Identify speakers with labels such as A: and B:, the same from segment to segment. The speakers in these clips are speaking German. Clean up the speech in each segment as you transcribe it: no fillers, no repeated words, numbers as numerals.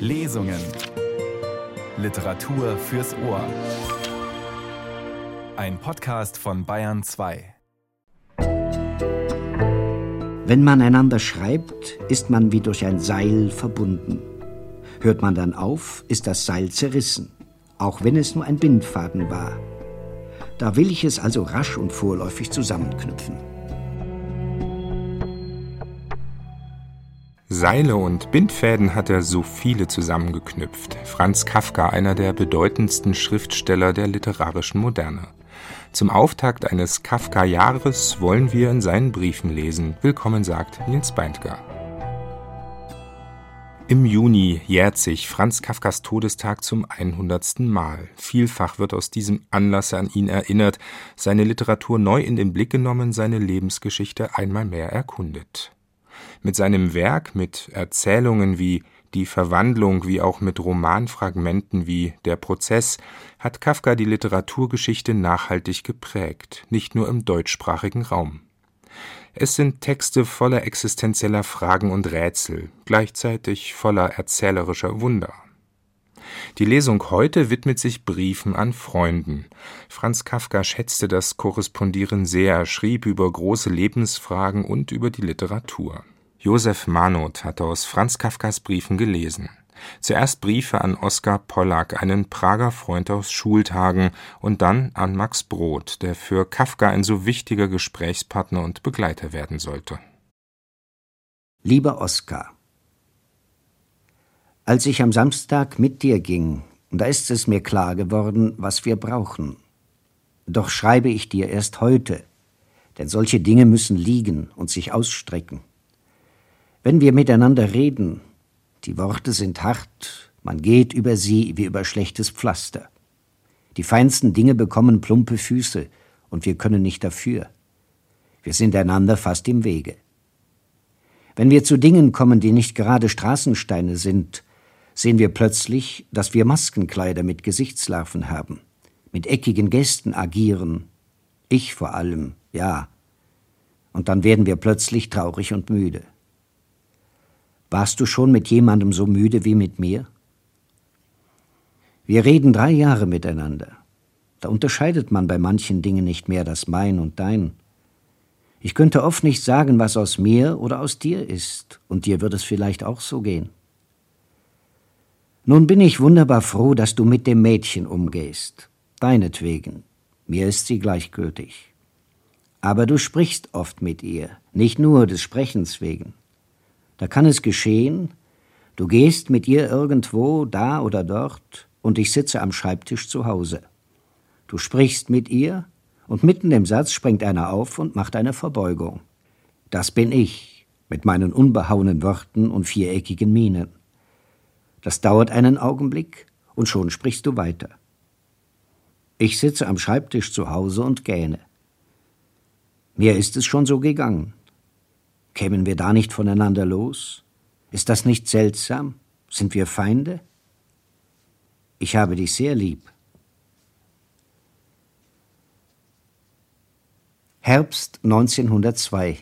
A: Lesungen. Literatur fürs Ohr. Ein Podcast von Bayern 2.
B: Wenn man einander schreibt, ist man wie durch ein Seil verbunden. Hört man dann auf, ist das Seil zerrissen, auch wenn es nur ein Bindfaden war. Da will ich es also rasch und vorläufig zusammenknüpfen.
C: Seile und Bindfäden hat er so viele zusammengeknüpft. Franz Kafka, einer der bedeutendsten Schriftsteller der literarischen Moderne. Zum Auftakt eines Kafka-Jahres wollen wir in seinen Briefen lesen. Willkommen, sagt Nils Beindker. Im Juni jährt sich Franz Kafkas Todestag zum 100. Mal. Vielfach wird aus diesem Anlass an ihn erinnert, seine Literatur neu in den Blick genommen, seine Lebensgeschichte einmal mehr erkundet. Mit seinem Werk, mit Erzählungen wie Die Verwandlung, wie auch mit Romanfragmenten wie Der Prozess, hat Kafka die Literaturgeschichte nachhaltig geprägt, nicht nur im deutschsprachigen Raum. Es sind Texte voller existenzieller Fragen und Rätsel, gleichzeitig voller erzählerischer Wunder. Die Lesung heute widmet sich Briefen an Freunden. Franz Kafka schätzte das Korrespondieren sehr, schrieb über große Lebensfragen und über die Literatur. Josef Manoth hat aus Franz Kafkas Briefen gelesen. Zuerst Briefe an Oskar Pollack, einen Prager Freund aus Schultagen, und dann an Max Brod, der für Kafka ein so wichtiger Gesprächspartner und Begleiter werden sollte.
B: Lieber Oskar, als ich am Samstag mit dir ging, da ist es mir klar geworden, was wir brauchen. Doch schreibe ich dir erst heute, denn solche Dinge müssen liegen und sich ausstrecken. Wenn wir miteinander reden, die Worte sind hart, man geht über sie wie über schlechtes Pflaster. Die feinsten Dinge bekommen plumpe Füße, und wir können nicht dafür. Wir sind einander fast im Wege. Wenn wir zu Dingen kommen, die nicht gerade Straßensteine sind, sehen wir plötzlich, dass wir Maskenkleider mit Gesichtslarven haben, mit eckigen Gesten agieren, ich vor allem, ja. Und dann werden wir plötzlich traurig und müde. Warst du schon mit jemandem so müde wie mit mir? Wir reden 3 Jahre miteinander. Da unterscheidet man bei manchen Dingen nicht mehr das Mein und Dein. Ich könnte oft nicht sagen, was aus mir oder aus dir ist, und dir wird es vielleicht auch so gehen. Nun bin ich wunderbar froh, dass du mit dem Mädchen umgehst. Deinetwegen. Mir ist sie gleichgültig. Aber du sprichst oft mit ihr, nicht nur des Sprechens wegen. Da kann es geschehen, du gehst mit ihr irgendwo, da oder dort, und ich sitze am Schreibtisch zu Hause. Du sprichst mit ihr, und mitten im Satz springt einer auf und macht eine Verbeugung. Das bin ich, mit meinen unbehauenen Worten und viereckigen Mienen. Das dauert einen Augenblick, und schon sprichst du weiter. Ich sitze am Schreibtisch zu Hause und gähne. Mir ist es schon so gegangen. Kämen wir da nicht voneinander los? Ist das nicht seltsam? Sind wir Feinde? Ich habe dich sehr lieb. Herbst 1902.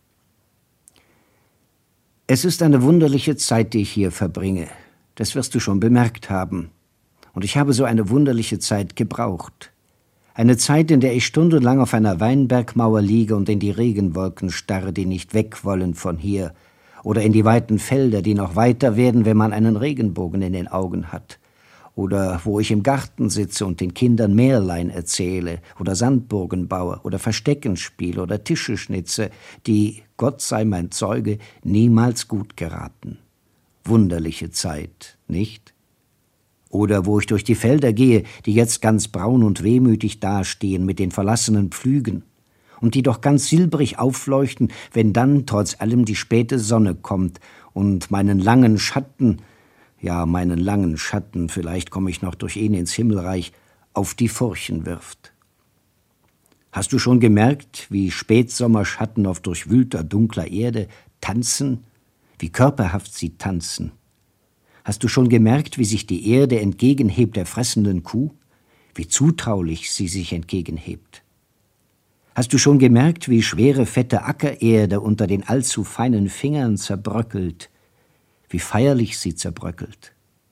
B: Es ist eine wunderliche Zeit, die ich hier verbringe. Das wirst du schon bemerkt haben. Und ich habe so eine wunderliche Zeit gebraucht. Eine Zeit, in der ich stundenlang auf einer Weinbergmauer liege und in die Regenwolken starre, die nicht weg wollen von hier, oder in die weiten Felder, die noch weiter werden, wenn man einen Regenbogen in den Augen hat, oder wo ich im Garten sitze und den Kindern Märlein erzähle, oder Sandburgen baue, oder Verstecken spiele, oder Tische schnitze, die, Gott sei mein Zeuge, niemals gut geraten. Wunderliche Zeit, nicht? Oder wo ich durch die Felder gehe, die jetzt ganz braun und wehmütig dastehen mit den verlassenen Pflügen und die doch ganz silbrig aufleuchten, wenn dann trotz allem die späte Sonne kommt und meinen langen Schatten, vielleicht komme ich noch durch ihn ins Himmelreich, auf die Furchen wirft. Hast du schon gemerkt, wie Spätsommerschatten auf durchwühlter, dunkler Erde tanzen, wie körperhaft sie tanzen? Hast du schon gemerkt, wie sich die Erde entgegenhebt der fressenden Kuh? Wie zutraulich sie sich entgegenhebt? Hast du schon gemerkt, wie schwere, fette Ackererde unter den allzu feinen Fingern zerbröckelt? Wie feierlich sie zerbröckelt?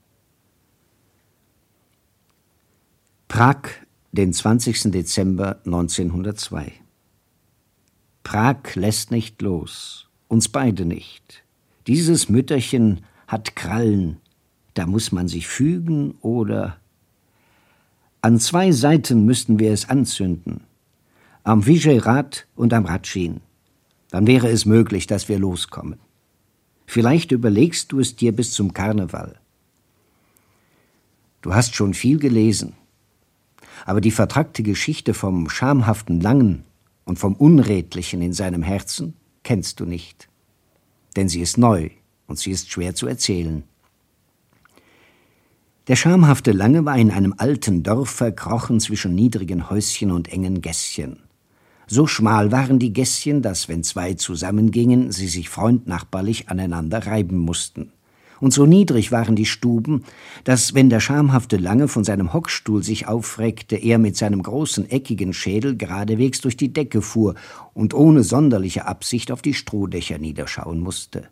B: Prag, den 20. Dezember 1902. Prag lässt nicht los, uns beide nicht. Dieses Mütterchen hat Krallen, da muss man sich fügen oder... An 2 Seiten müssten wir es anzünden, am Vyšehrad und am Hradschin. Dann wäre es möglich, dass wir loskommen. Vielleicht überlegst du es dir bis zum Karneval. Du hast schon viel gelesen, aber die vertrackte Geschichte vom schamhaften Langen und vom Unredlichen in seinem Herzen kennst du nicht. Denn sie ist neu und sie ist schwer zu erzählen. Der schamhafte Lange war in einem alten Dorf verkrochen zwischen niedrigen Häuschen und engen Gässchen. So schmal waren die Gässchen, dass, wenn 2 zusammengingen, sie sich freundnachbarlich aneinander reiben mussten. Und so niedrig waren die Stuben, dass, wenn der schamhafte Lange von seinem Hockstuhl sich aufreckte, er mit seinem großen, eckigen Schädel geradewegs durch die Decke fuhr und ohne sonderliche Absicht auf die Strohdächer niederschauen musste.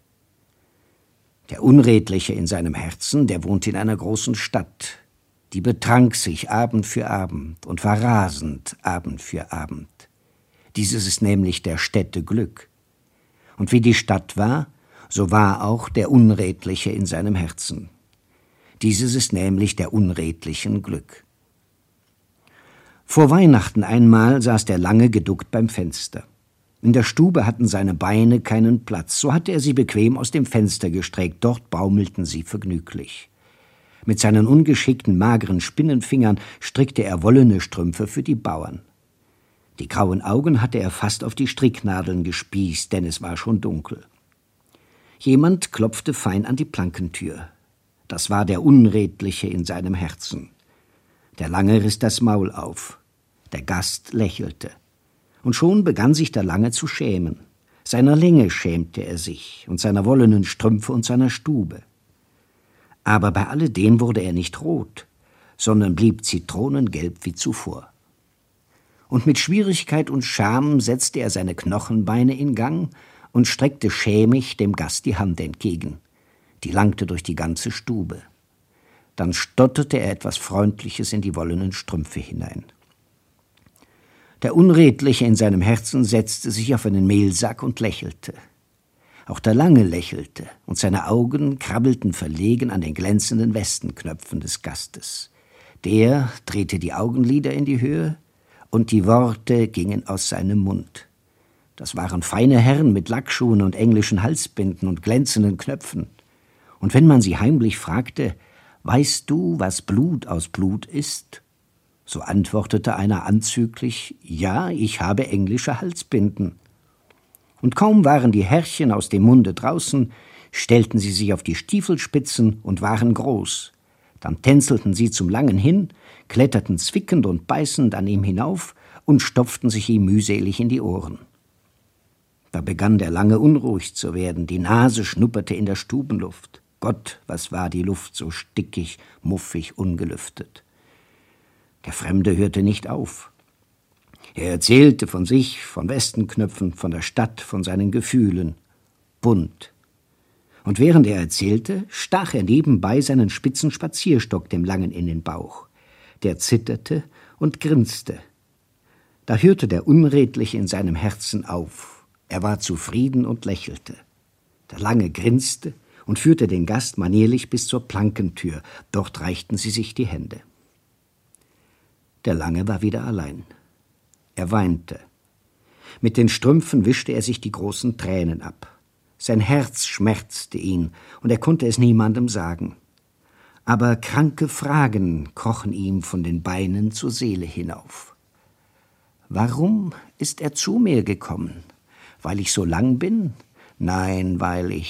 B: Der Unredliche in seinem Herzen, der wohnt in einer großen Stadt. Die betrank sich Abend für Abend und war rasend Abend für Abend. Dieses ist nämlich der Städte Glück. Und wie die Stadt war, so war auch der Unredliche in seinem Herzen. Dieses ist nämlich der Unredlichen Glück. Vor Weihnachten einmal saß der Lange geduckt beim Fenster. In der Stube hatten seine Beine keinen Platz, so hatte er sie bequem aus dem Fenster gestreckt, dort baumelten sie vergnüglich. Mit seinen ungeschickten, mageren Spinnenfingern strickte er wollene Strümpfe für die Bauern. Die grauen Augen hatte er fast auf die Stricknadeln gespießt, denn es war schon dunkel. Jemand klopfte fein an die Plankentür. Das war der Unredliche in seinem Herzen. Der Lange riss das Maul auf. Der Gast lächelte. Und schon begann sich der Lange zu schämen. Seiner Länge schämte er sich und seiner wollenen Strümpfe und seiner Stube. Aber bei alledem wurde er nicht rot, sondern blieb zitronengelb wie zuvor. Und mit Schwierigkeit und Scham setzte er seine Knochenbeine in Gang und streckte schämig dem Gast die Hand entgegen. Die langte durch die ganze Stube. Dann stotterte er etwas Freundliches in die wollenen Strümpfe hinein. Der Unredliche in seinem Herzen setzte sich auf einen Mehlsack und lächelte. Auch der Lange lächelte, und seine Augen krabbelten verlegen an den glänzenden Westenknöpfen des Gastes. Der drehte die Augenlider in die Höhe, und die Worte gingen aus seinem Mund. Das waren feine Herren mit Lackschuhen und englischen Halsbinden und glänzenden Knöpfen. Und wenn man sie heimlich fragte, »Weißt du, was Blut aus Blut ist?« so antwortete einer anzüglich, »Ja, ich habe englische Halsbinden.« Und kaum waren die Herrchen aus dem Munde draußen, stellten sie sich auf die Stiefelspitzen und waren groß. Dann tänzelten sie zum Langen hin, kletterten zwickend und beißend an ihm hinauf und stopften sich ihm mühselig in die Ohren. Da begann der Lange unruhig zu werden, die Nase schnupperte in der Stubenluft. Gott, was war die Luft so stickig, muffig, ungelüftet. Der Fremde hörte nicht auf. Er erzählte von sich, von Westenknöpfen, von der Stadt, von seinen Gefühlen. Bunt. Und während er erzählte, stach er nebenbei seinen spitzen Spazierstock dem Langen in den Bauch. Der zitterte und grinste. Da hörte der Unredliche in seinem Herzen auf. Er war zufrieden und lächelte. Der Lange grinste und führte den Gast manierlich bis zur Plankentür. Dort reichten sie sich die Hände. Der Lange war wieder allein. Er weinte. Mit den Strümpfen wischte er sich die großen Tränen ab. Sein Herz schmerzte ihn, und er konnte es niemandem sagen. Aber kranke Fragen krochen ihm von den Beinen zur Seele hinauf. Warum ist er zu mir gekommen? Weil ich so lang bin? Nein,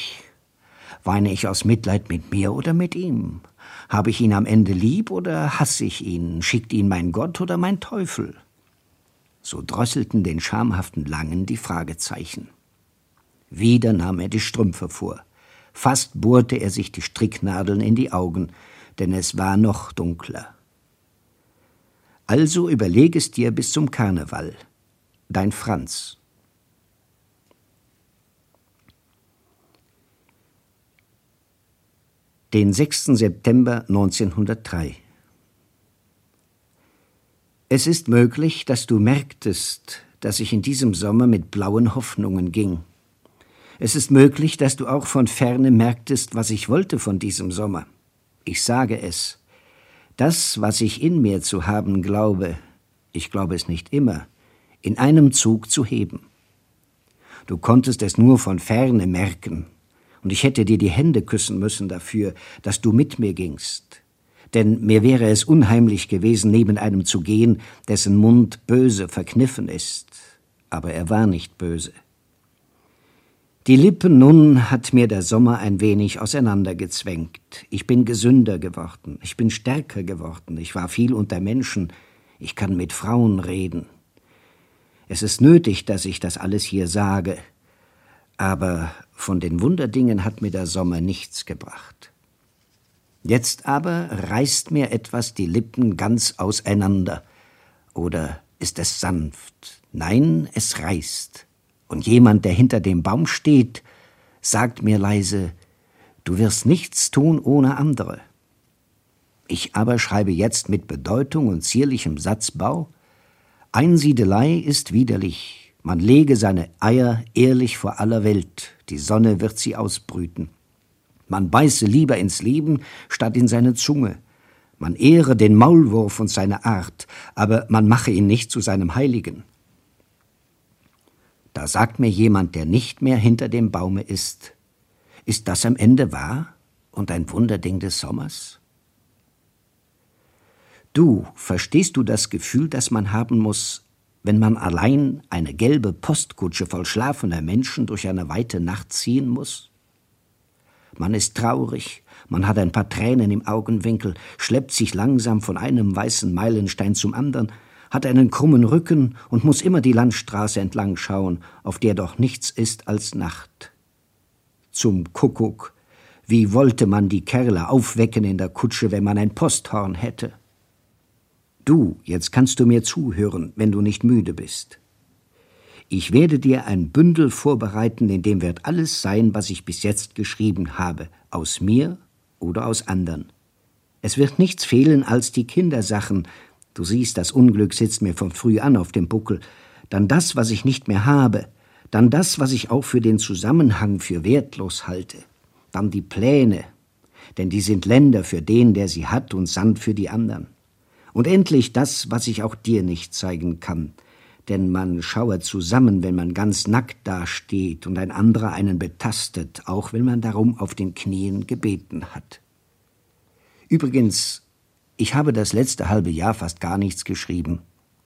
B: Weine ich aus Mitleid mit mir oder mit ihm? Habe ich ihn am Ende lieb oder hasse ich ihn? Schickt ihn mein Gott oder mein Teufel? So drosselten den schamhaften Langen die Fragezeichen. Wieder nahm er die Strümpfe vor. Fast bohrte er sich die Stricknadeln in die Augen, denn es war noch dunkler. Also überleg es dir bis zum Karneval. Dein Franz. Den 6. September 1903. Es ist möglich, dass du merktest, dass ich in diesem Sommer mit blauen Hoffnungen ging. Es ist möglich, dass du auch von ferne merktest, was ich wollte von diesem Sommer. Ich sage es. Das, was ich in mir zu haben glaube, ich glaube es nicht immer, in einem Zug zu heben. Du konntest es nur von ferne merken, und ich hätte dir die Hände küssen müssen dafür, dass du mit mir gingst. Denn mir wäre es unheimlich gewesen, neben einem zu gehen, dessen Mund böse verkniffen ist. Aber er war nicht böse. Die Lippen nun hat mir der Sommer ein wenig auseinandergezwängt. Ich bin gesünder geworden, ich bin stärker geworden, ich war viel unter Menschen, ich kann mit Frauen reden. Es ist nötig, dass ich das alles hier sage, aber von den Wunderdingen hat mir der Sommer nichts gebracht. Jetzt aber reißt mir etwas die Lippen ganz auseinander. Oder ist es sanft? Nein, es reißt. Und jemand, der hinter dem Baum steht, sagt mir leise, du wirst nichts tun ohne andere. Ich aber schreibe jetzt mit Bedeutung und zierlichem Satzbau, Einsiedelei ist widerlich, man lege seine Eier ehrlich vor aller Welt, die Sonne wird sie ausbrüten. Man beiße lieber ins Leben, statt in seine Zunge. Man ehre den Maulwurf und seine Art, aber man mache ihn nicht zu seinem Heiligen. Da sagt mir jemand, der nicht mehr hinter dem Baume ist das am Ende wahr und ein Wunderding des Sommers? Du, verstehst du das Gefühl, das man haben muss, wenn man allein eine gelbe Postkutsche voll schlafender Menschen durch eine weite Nacht ziehen muss? Man ist traurig, man hat ein paar Tränen im Augenwinkel, schleppt sich langsam von einem weißen Meilenstein zum anderen, hat einen krummen Rücken und muss immer die Landstraße entlang schauen, auf der doch nichts ist als Nacht. Zum Kuckuck, wie wollte man die Kerle aufwecken in der Kutsche, wenn man ein Posthorn hätte? Du, jetzt kannst du mir zuhören, wenn du nicht müde bist. Ich werde dir ein Bündel vorbereiten, in dem wird alles sein, was ich bis jetzt geschrieben habe, aus mir oder aus anderen. Es wird nichts fehlen als die Kindersachen. Du siehst, das Unglück sitzt mir von früh an auf dem Buckel. Dann das, was ich nicht mehr habe. Dann das, was ich auch für den Zusammenhang für wertlos halte. Dann die Pläne, denn die sind Länder für den, der sie hat, und Sand für die anderen. Und endlich das, was ich auch dir nicht zeigen kann. Denn man schauert zusammen, wenn man ganz nackt dasteht und ein anderer einen betastet, auch wenn man darum auf den Knien gebeten hat. Übrigens, ich habe das letzte halbe Jahr fast gar nichts geschrieben.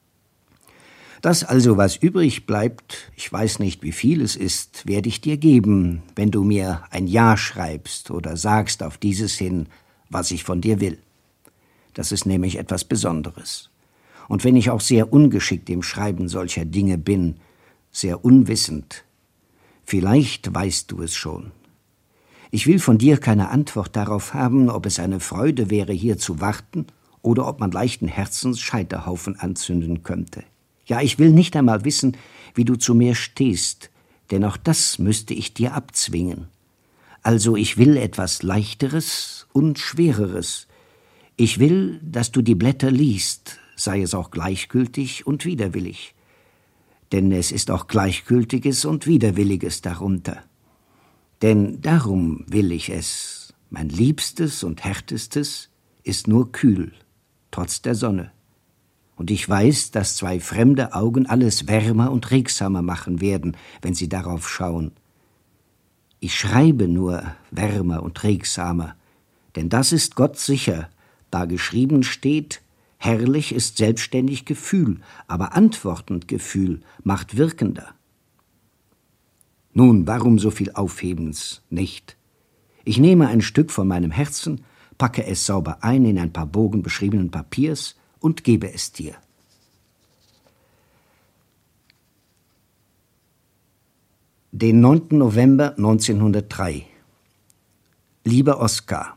B: Das also, was übrig bleibt, ich weiß nicht, wie viel es ist, werde ich dir geben, wenn du mir ein Ja schreibst oder sagst auf dieses hin, was ich von dir will. Das ist nämlich etwas Besonderes. Und wenn ich auch sehr ungeschickt im Schreiben solcher Dinge bin, sehr unwissend, vielleicht weißt du es schon. Ich will von dir keine Antwort darauf haben, ob es eine Freude wäre, hier zu warten, oder ob man leichten Herzens Scheiterhaufen anzünden könnte. Ja, ich will nicht einmal wissen, wie du zu mir stehst, denn auch das müsste ich dir abzwingen. Also ich will etwas Leichteres und Schwereres. Ich will, dass du die Blätter liest, sei es auch gleichgültig und widerwillig. Denn es ist auch Gleichgültiges und Widerwilliges darunter. Denn darum will ich es. Mein Liebstes und Härtestes ist nur kühl, trotz der Sonne. Und ich weiß, dass zwei fremde Augen alles wärmer und regsamer machen werden, wenn sie darauf schauen. Ich schreibe nur wärmer und regsamer, denn das ist Gott sicher, da geschrieben steht, herrlich ist selbstständig Gefühl, aber antwortend Gefühl macht wirkender. Nun, warum so viel Aufhebens? Nicht. Ich nehme ein Stück von meinem Herzen, packe es sauber ein in ein paar Bogen beschriebenen Papiers und gebe es dir. Den 9. November 1903. Lieber Oskar,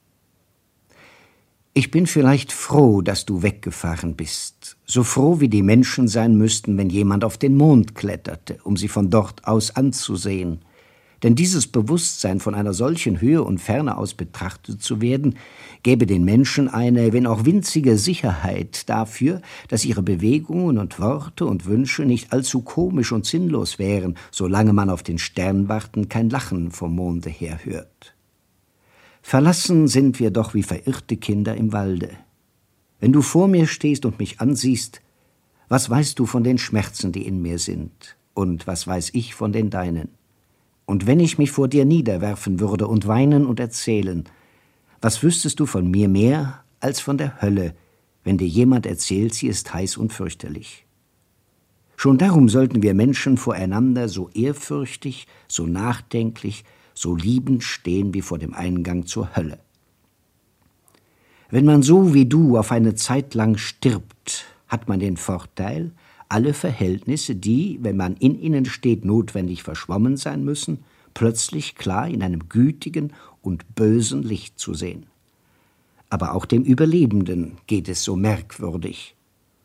B: ich bin vielleicht froh, dass du weggefahren bist, so froh wie die Menschen sein müssten, wenn jemand auf den Mond kletterte, um sie von dort aus anzusehen. Denn dieses Bewusstsein, von einer solchen Höhe und Ferne aus betrachtet zu werden, gäbe den Menschen eine, wenn auch winzige Sicherheit dafür, dass ihre Bewegungen und Worte und Wünsche nicht allzu komisch und sinnlos wären, solange man auf den Sternwarten kein Lachen vom Monde her hört. Verlassen sind wir doch wie verirrte Kinder im Walde. Wenn du vor mir stehst und mich ansiehst, was weißt du von den Schmerzen, die in mir sind, und was weiß ich von den deinen? Und wenn ich mich vor dir niederwerfen würde und weinen und erzählen, was wüsstest du von mir mehr als von der Hölle, wenn dir jemand erzählt, sie ist heiß und fürchterlich? Schon darum sollten wir Menschen voreinander so ehrfürchtig, so nachdenklich, so liebend stehen wie vor dem Eingang zur Hölle. Wenn man so wie du auf eine Zeit lang stirbt, hat man den Vorteil, alle Verhältnisse, die, wenn man in ihnen steht, notwendig verschwommen sein müssen, plötzlich klar in einem gütigen und bösen Licht zu sehen. Aber auch dem Überlebenden geht es so merkwürdig.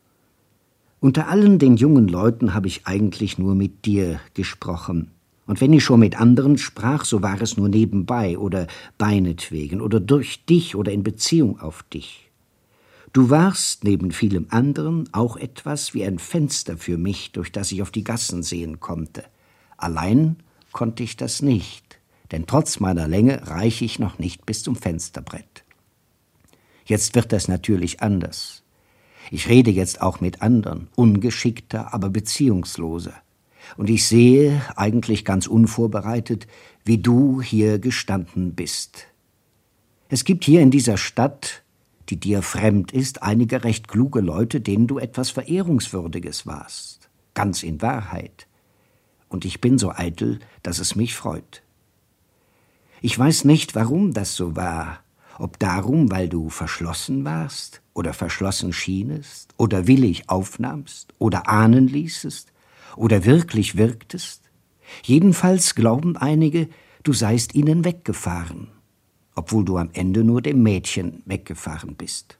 B: Unter allen den jungen Leuten habe ich eigentlich nur mit dir gesprochen. Und wenn ich schon mit anderen sprach, so war es nur nebenbei oder deinetwegen oder durch dich oder in Beziehung auf dich. Du warst neben vielem anderen auch etwas wie ein Fenster für mich, durch das ich auf die Gassen sehen konnte. Allein konnte ich das nicht, denn trotz meiner Länge reiche ich noch nicht bis zum Fensterbrett. Jetzt wird das natürlich anders. Ich rede jetzt auch mit anderen, ungeschickter, aber beziehungsloser. Und ich sehe, eigentlich ganz unvorbereitet, wie du hier gestanden bist. Es gibt hier in dieser Stadt, die dir fremd ist, einige recht kluge Leute, denen du etwas Verehrungswürdiges warst. Ganz in Wahrheit. Und ich bin so eitel, dass es mich freut. Ich weiß nicht, warum das so war. Ob darum, weil du verschlossen warst oder verschlossen schienest oder willig aufnahmst oder ahnen ließest oder wirklich wirktest. Jedenfalls glauben einige, du seist ihnen weggefahren, obwohl du am Ende nur dem Mädchen weggefahren bist.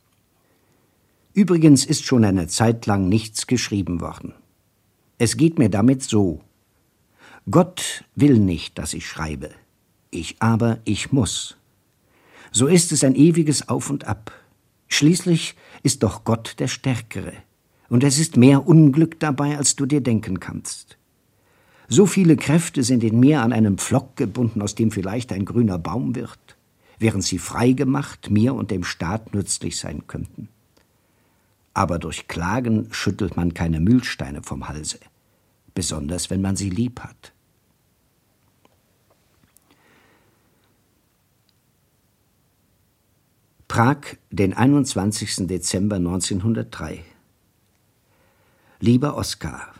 B: Übrigens ist schon eine Zeit lang nichts geschrieben worden. Es geht mir damit so: Gott will nicht, dass ich schreibe, ich muss. So ist es ein ewiges Auf und Ab. Schließlich ist doch Gott der Stärkere, und es ist mehr Unglück dabei, als du dir denken kannst. So viele Kräfte sind in mir an einem Pflock gebunden, aus dem vielleicht ein grüner Baum wird, während sie frei gemacht mir und dem Staat nützlich sein könnten. Aber durch Klagen schüttelt man keine Mühlsteine vom Halse, besonders wenn man sie lieb hat. Prag, den 21. Dezember 1903. Lieber Oskar,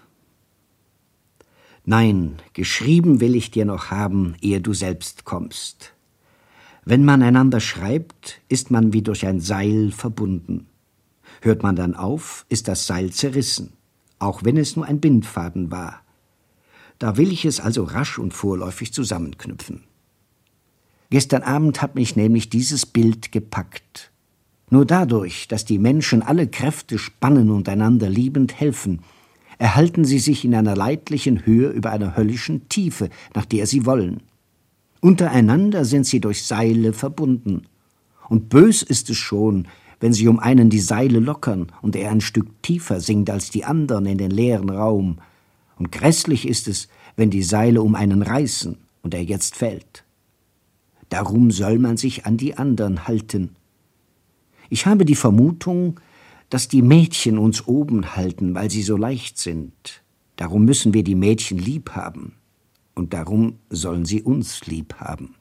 B: nein, geschrieben will ich dir noch haben, ehe du selbst kommst. Wenn man einander schreibt, ist man wie durch ein Seil verbunden. Hört man dann auf, ist das Seil zerrissen, auch wenn es nur ein Bindfaden war. Da will ich es also rasch und vorläufig zusammenknüpfen. Gestern Abend hat mich nämlich dieses Bild gepackt. Nur dadurch, dass die Menschen alle Kräfte spannen und einander liebend helfen, erhalten sie sich in einer leidlichen Höhe über einer höllischen Tiefe, nach der sie wollen. Untereinander sind sie durch Seile verbunden. Und bös ist es schon, wenn sie um einen die Seile lockern und er ein Stück tiefer sinkt als die anderen in den leeren Raum. Und grässlich ist es, wenn die Seile um einen reißen und er jetzt fällt. Darum soll man sich an die anderen halten. Ich habe die Vermutung, dass die Mädchen uns oben halten, weil sie so leicht sind. Darum müssen wir die Mädchen lieb haben. Und darum sollen sie uns lieb haben.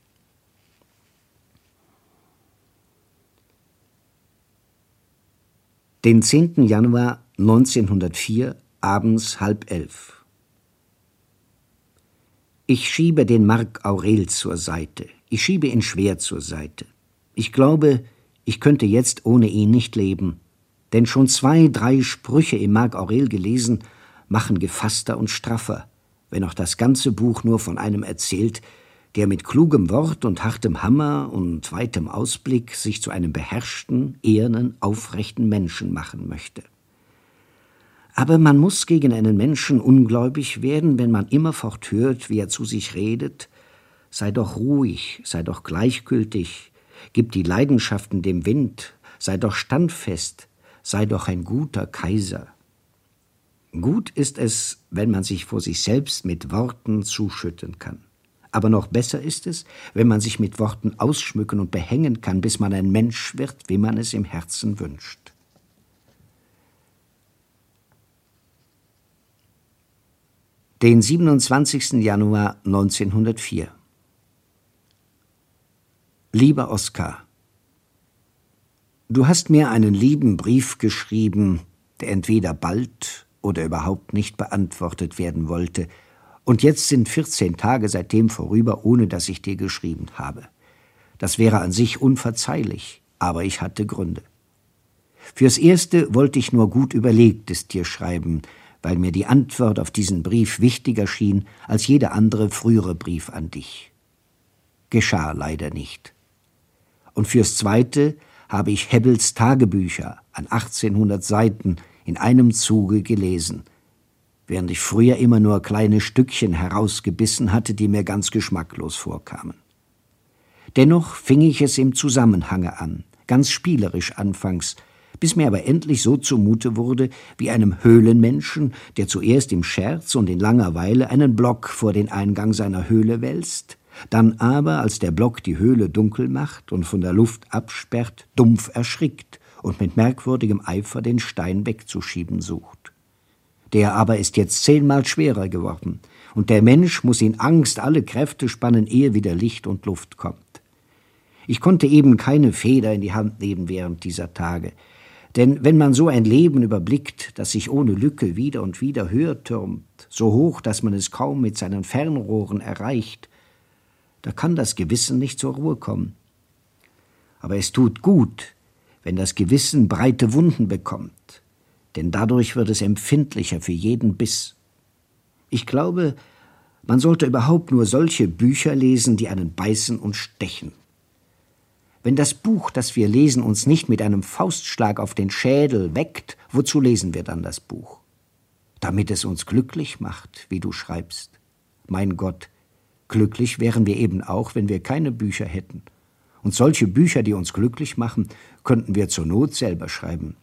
B: Den 10. Januar 1904, abends 10:30. Ich schiebe den Marc Aurel zur Seite. Ich schiebe ihn schwer zur Seite. Ich glaube, ich könnte jetzt ohne ihn nicht leben. Denn schon 2, 3 Sprüche im Marc Aurel gelesen, machen gefasster und straffer, wenn auch das ganze Buch nur von einem erzählt, der mit klugem Wort und hartem Hammer und weitem Ausblick sich zu einem beherrschten, ehernen, aufrechten Menschen machen möchte. Aber man muss gegen einen Menschen ungläubig werden, wenn man immerfort hört, wie er zu sich redet: Sei doch ruhig, sei doch gleichgültig, gib die Leidenschaften dem Wind, sei doch standfest, sei doch ein guter Kaiser. Gut ist es, wenn man sich vor sich selbst mit Worten zuschütten kann. Aber noch besser ist es, wenn man sich mit Worten ausschmücken und behängen kann, bis man ein Mensch wird, wie man es im Herzen wünscht. Den 27. Januar 1904. Lieber Oskar, du hast mir einen lieben Brief geschrieben, der entweder bald oder überhaupt nicht beantwortet werden wollte, und jetzt sind 14 Tage seitdem vorüber, ohne dass ich dir geschrieben habe. Das wäre an sich unverzeihlich, aber ich hatte Gründe. Fürs Erste wollte ich nur gut Überlegtes dir schreiben, weil mir die Antwort auf diesen Brief wichtiger schien als jeder andere frühere Brief an dich. Geschah leider nicht. Und fürs Zweite habe ich Hebbels Tagebücher an 1800 Seiten in einem Zuge gelesen, während ich früher immer nur kleine Stückchen herausgebissen hatte, die mir ganz geschmacklos vorkamen. Dennoch fing ich es im Zusammenhange an, ganz spielerisch anfangs, bis mir aber endlich so zumute wurde wie einem Höhlenmenschen, der zuerst im Scherz und in Langeweile einen Block vor den Eingang seiner Höhle wälzt, dann aber, als der Block die Höhle dunkel macht und von der Luft absperrt, dumpf erschrickt und mit merkwürdigem Eifer den Stein wegzuschieben sucht. Der aber ist jetzt 10-mal schwerer geworden, und der Mensch muss in Angst alle Kräfte spannen, ehe wieder Licht und Luft kommt. Ich konnte eben keine Feder in die Hand nehmen während dieser Tage, denn wenn man so ein Leben überblickt, das sich ohne Lücke wieder und wieder höher türmt, so hoch, dass man es kaum mit seinen Fernrohren erreicht, da kann das Gewissen nicht zur Ruhe kommen. Aber es tut gut, wenn das Gewissen breite Wunden bekommt, denn dadurch wird es empfindlicher für jeden Biss. Ich glaube, man sollte überhaupt nur solche Bücher lesen, die einen beißen und stechen. Wenn das Buch, das wir lesen, uns nicht mit einem Faustschlag auf den Schädel weckt, wozu lesen wir dann das Buch? Damit es uns glücklich macht, wie du schreibst. Mein Gott, glücklich wären wir eben auch, wenn wir keine Bücher hätten. Und solche Bücher, die uns glücklich machen, könnten wir zur Not selber schreiben.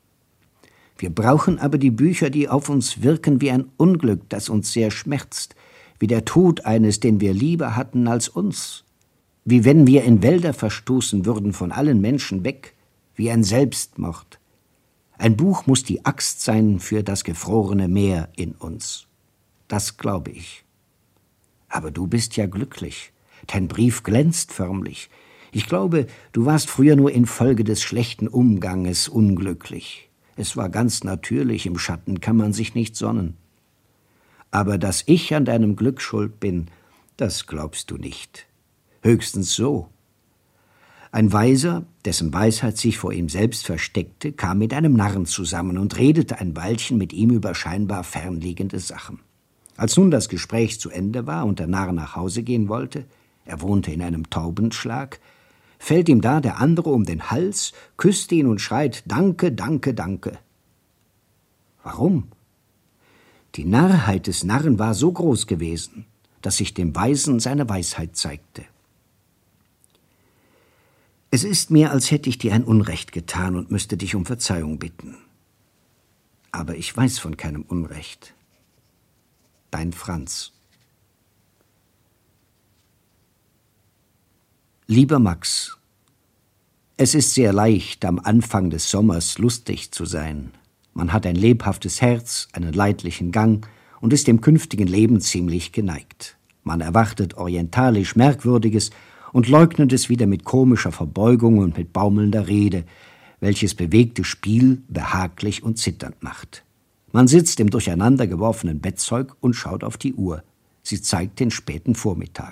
B: Wir brauchen aber die Bücher, die auf uns wirken wie ein Unglück, das uns sehr schmerzt, wie der Tod eines, den wir lieber hatten als uns. Wie wenn wir in Wälder verstoßen würden, von allen Menschen weg, wie ein Selbstmord. Ein Buch muss die Axt sein für das gefrorene Meer in uns. Das glaube ich. Aber du bist ja glücklich. Dein Brief glänzt förmlich. Ich glaube, du warst früher nur infolge des schlechten Umganges unglücklich. Es war ganz natürlich, im Schatten kann man sich nicht sonnen. Aber dass ich an deinem Glück schuld bin, das glaubst du nicht. Höchstens so. Ein Weiser, dessen Weisheit sich vor ihm selbst versteckte, kam mit einem Narren zusammen und redete ein Weilchen mit ihm über scheinbar fernliegende Sachen. Als nun das Gespräch zu Ende war und der Narr nach Hause gehen wollte, er wohnte in einem Taubenschlag, fällt ihm da der andere um den Hals, küsst ihn und schreit: »Danke, danke, danke.« Warum? Die Narrheit des Narren war so groß gewesen, dass sich dem Weisen seine Weisheit zeigte. Es ist mir, als hätte ich dir ein Unrecht getan und müsste dich um Verzeihung bitten. Aber ich weiß von keinem Unrecht. Dein Franz. Lieber Max, es ist sehr leicht, am Anfang des Sommers lustig zu sein. Man hat ein lebhaftes Herz, einen leidlichen Gang und ist dem künftigen Leben ziemlich geneigt. Man erwartet orientalisch Merkwürdiges und leugnet es wieder mit komischer Verbeugung und mit baumelnder Rede, welches bewegte Spiel behaglich und zitternd macht. Man sitzt im durcheinander geworfenen Bettzeug und schaut auf die Uhr. Sie zeigt den späten Vormittag.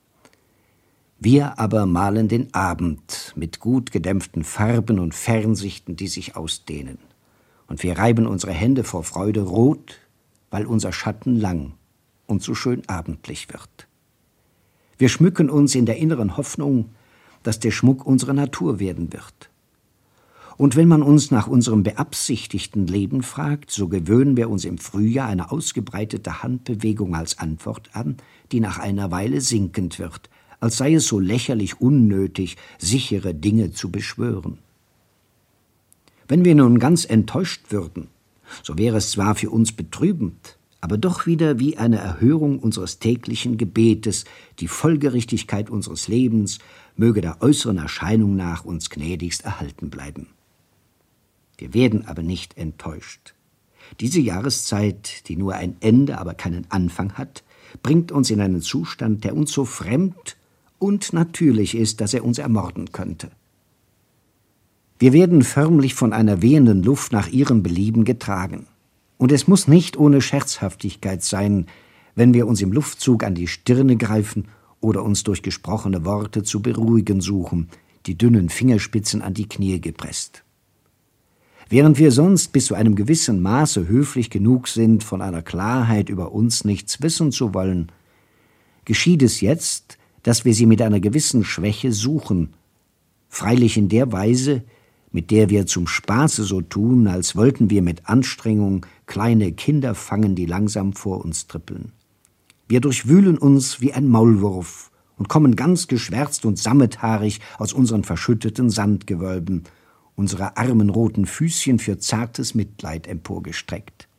B: Wir aber malen den Abend mit gut gedämpften Farben und Fernsichten, die sich ausdehnen. Und wir reiben unsere Hände vor Freude rot, weil unser Schatten lang und so schön abendlich wird. Wir schmücken uns in der inneren Hoffnung, dass der Schmuck unsere Natur werden wird. Und wenn man uns nach unserem beabsichtigten Leben fragt, so gewöhnen wir uns im Frühjahr eine ausgebreitete Handbewegung als Antwort an, die nach einer Weile sinkend wird, als sei es so lächerlich unnötig, sichere Dinge zu beschwören. Wenn wir nun ganz enttäuscht würden, so wäre es zwar für uns betrübend, aber doch wieder wie eine Erhörung unseres täglichen Gebetes, die Folgerichtigkeit unseres Lebens möge der äußeren Erscheinung nach uns gnädigst erhalten bleiben. Wir werden aber nicht enttäuscht. Diese Jahreszeit, die nur ein Ende, aber keinen Anfang hat, bringt uns in einen Zustand, der uns so fremd und natürlich ist, dass er uns ermorden könnte. Wir werden förmlich von einer wehenden Luft nach ihrem Belieben getragen. Und es muss nicht ohne Scherzhaftigkeit sein, wenn wir uns im Luftzug an die Stirne greifen oder uns durch gesprochene Worte zu beruhigen suchen, die dünnen Fingerspitzen an die Knie gepresst. Während wir sonst bis zu einem gewissen Maße höflich genug sind, von einer Klarheit über uns nichts wissen zu wollen, geschieht es jetzt, dass wir sie mit einer gewissen Schwäche suchen, freilich in der Weise, mit der wir zum Spaße so tun, als wollten wir mit Anstrengung kleine Kinder fangen, die langsam vor uns trippeln. Wir durchwühlen uns wie ein Maulwurf und kommen ganz geschwärzt und sammethaarig aus unseren verschütteten Sandgewölben, unsere armen roten Füßchen für zartes Mitleid emporgestreckt.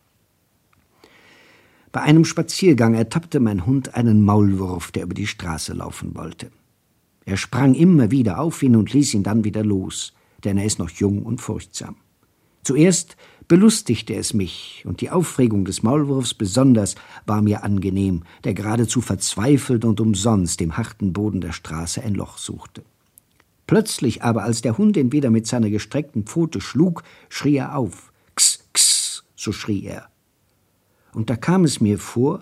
B: Bei einem Spaziergang ertappte mein Hund einen Maulwurf, der über die Straße laufen wollte. Er sprang immer wieder auf ihn und ließ ihn dann wieder los, denn er ist noch jung und furchtsam. Zuerst belustigte es mich, und die Aufregung des Maulwurfs besonders war mir angenehm, der geradezu verzweifelt und umsonst dem harten Boden der Straße ein Loch suchte. Plötzlich aber, als der Hund ihn wieder mit seiner gestreckten Pfote schlug, schrie er auf. X, x, so schrie er. Und da kam es mir vor,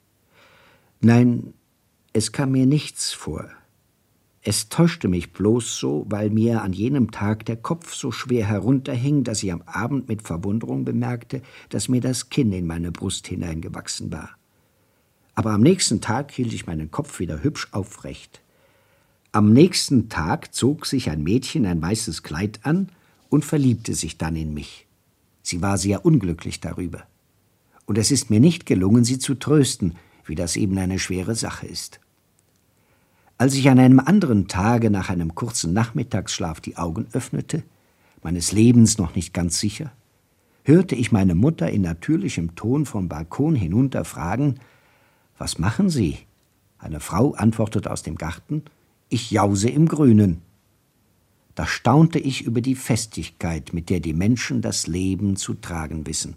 B: nein, es kam mir nichts vor. Es täuschte mich bloß so, weil mir an jenem Tag der Kopf so schwer herunterhing, dass ich am Abend mit Verwunderung bemerkte, dass mir das Kinn in meine Brust hineingewachsen war. Aber am nächsten Tag hielt ich meinen Kopf wieder hübsch aufrecht. Am nächsten Tag zog sich ein Mädchen ein weißes Kleid an und verliebte sich dann in mich. Sie war sehr unglücklich darüber. Und es ist mir nicht gelungen, sie zu trösten, wie das eben eine schwere Sache ist. Als ich an einem anderen Tage nach einem kurzen Nachmittagsschlaf die Augen öffnete, meines Lebens noch nicht ganz sicher, hörte ich meine Mutter in natürlichem Ton vom Balkon hinunter fragen: »Was machen Sie?« Eine Frau antwortete aus dem Garten: »Ich jause im Grünen.« Da staunte ich über die Festigkeit, mit der die Menschen das Leben zu tragen wissen.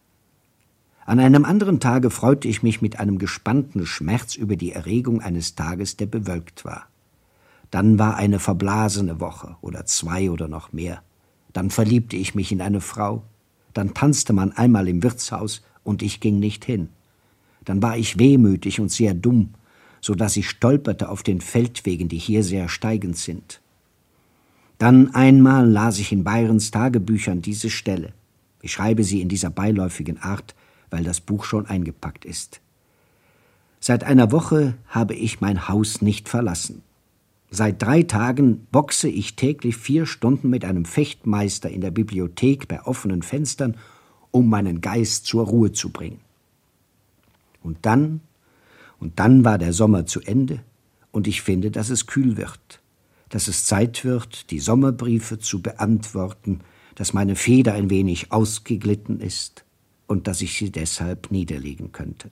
B: An einem anderen Tage freute ich mich mit einem gespannten Schmerz über die Erregung eines Tages, der bewölkt war. Dann war eine verblasene Woche oder 2 oder noch mehr. Dann verliebte ich mich in eine Frau. Dann tanzte man einmal im Wirtshaus und ich ging nicht hin. Dann war ich wehmütig und sehr dumm, so dass ich stolperte auf den Feldwegen, die hier sehr steigend sind. Dann einmal las ich in Byrons Tagebüchern diese Stelle. Ich schreibe sie in dieser beiläufigen Art, weil das Buch schon eingepackt ist. Seit einer Woche habe ich mein Haus nicht verlassen. Seit 3 Tagen boxe ich täglich 4 Stunden mit einem Fechtmeister in der Bibliothek bei offenen Fenstern, um meinen Geist zur Ruhe zu bringen. Und dann war der Sommer zu Ende und ich finde, dass es kühl wird, dass es Zeit wird, die Sommerbriefe zu beantworten, dass meine Feder ein wenig ausgeglitten ist und dass ich sie deshalb niederlegen könnte.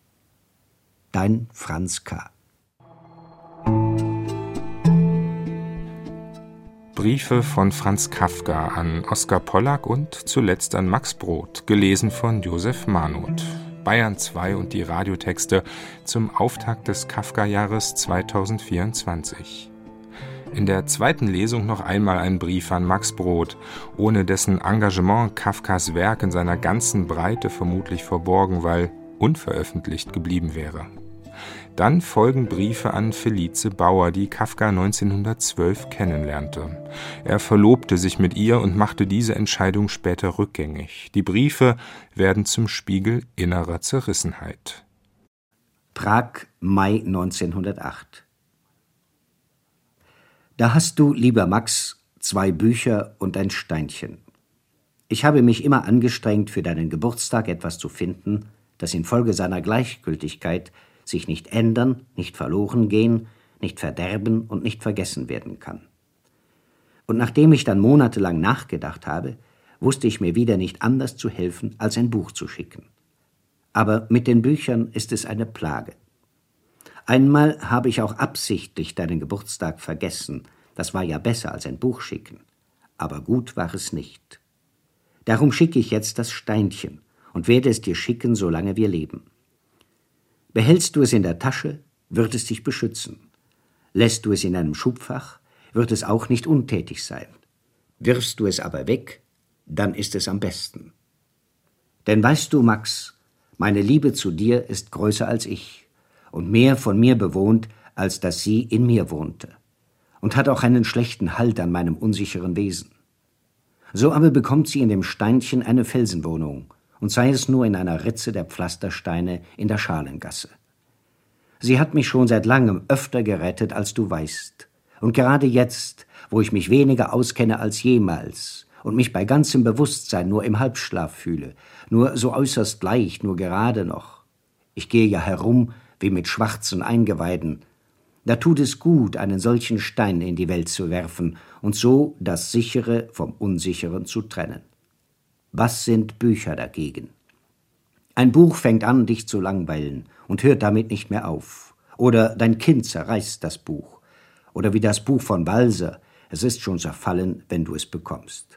B: Dein Franz K.
C: Briefe von Franz Kafka an Oskar Pollack und zuletzt an Max Brod, gelesen von Josef Manoth. Bayern 2 und die Radiotexte zum Auftakt des Kafka-Jahres 2024. In der zweiten Lesung noch einmal ein Brief an Max Brod, ohne dessen Engagement Kafkas Werk in seiner ganzen Breite vermutlich verborgen, weil unveröffentlicht geblieben wäre. Dann folgen Briefe an Felice Bauer, die Kafka 1912 kennenlernte. Er verlobte sich mit ihr und machte diese Entscheidung später rückgängig. Die Briefe werden zum Spiegel innerer Zerrissenheit.
B: Prag, Mai 1908. Da hast du, lieber Max, 2 Bücher und ein Steinchen. Ich habe mich immer angestrengt, für deinen Geburtstag etwas zu finden, das infolge seiner Gleichgültigkeit sich nicht ändern, nicht verloren gehen, nicht verderben und nicht vergessen werden kann. Und nachdem ich dann monatelang nachgedacht habe, wusste ich mir wieder nicht anders zu helfen, als ein Buch zu schicken. Aber mit den Büchern ist es eine Plage. Einmal habe ich auch absichtlich deinen Geburtstag vergessen. Das war ja besser als ein Buch schicken. Aber gut war es nicht. Darum schicke ich jetzt das Steinchen und werde es dir schicken, solange wir leben. Behältst du es in der Tasche, wird es dich beschützen. Lässt du es in einem Schubfach, wird es auch nicht untätig sein. Wirfst du es aber weg, dann ist es am besten. Denn weißt du, Max, meine Liebe zu dir ist größer als ich und mehr von mir bewohnt, als dass sie in mir wohnte, und hat auch einen schlechten Halt an meinem unsicheren Wesen. So aber bekommt sie in dem Steinchen eine Felsenwohnung, und sei es nur in einer Ritze der Pflastersteine in der Schalengasse. Sie hat mich schon seit langem öfter gerettet, als du weißt, und gerade jetzt, wo ich mich weniger auskenne als jemals und mich bei ganzem Bewusstsein nur im Halbschlaf fühle, nur so äußerst leicht, nur gerade noch. Ich gehe ja herum wie mit schwarzen Eingeweiden. Da tut es gut, einen solchen Stein in die Welt zu werfen und so das Sichere vom Unsicheren zu trennen. Was sind Bücher dagegen? Ein Buch fängt an, dich zu langweilen und hört damit nicht mehr auf. Oder dein Kind zerreißt das Buch. Oder wie das Buch von Walser, es ist schon zerfallen, wenn du es bekommst.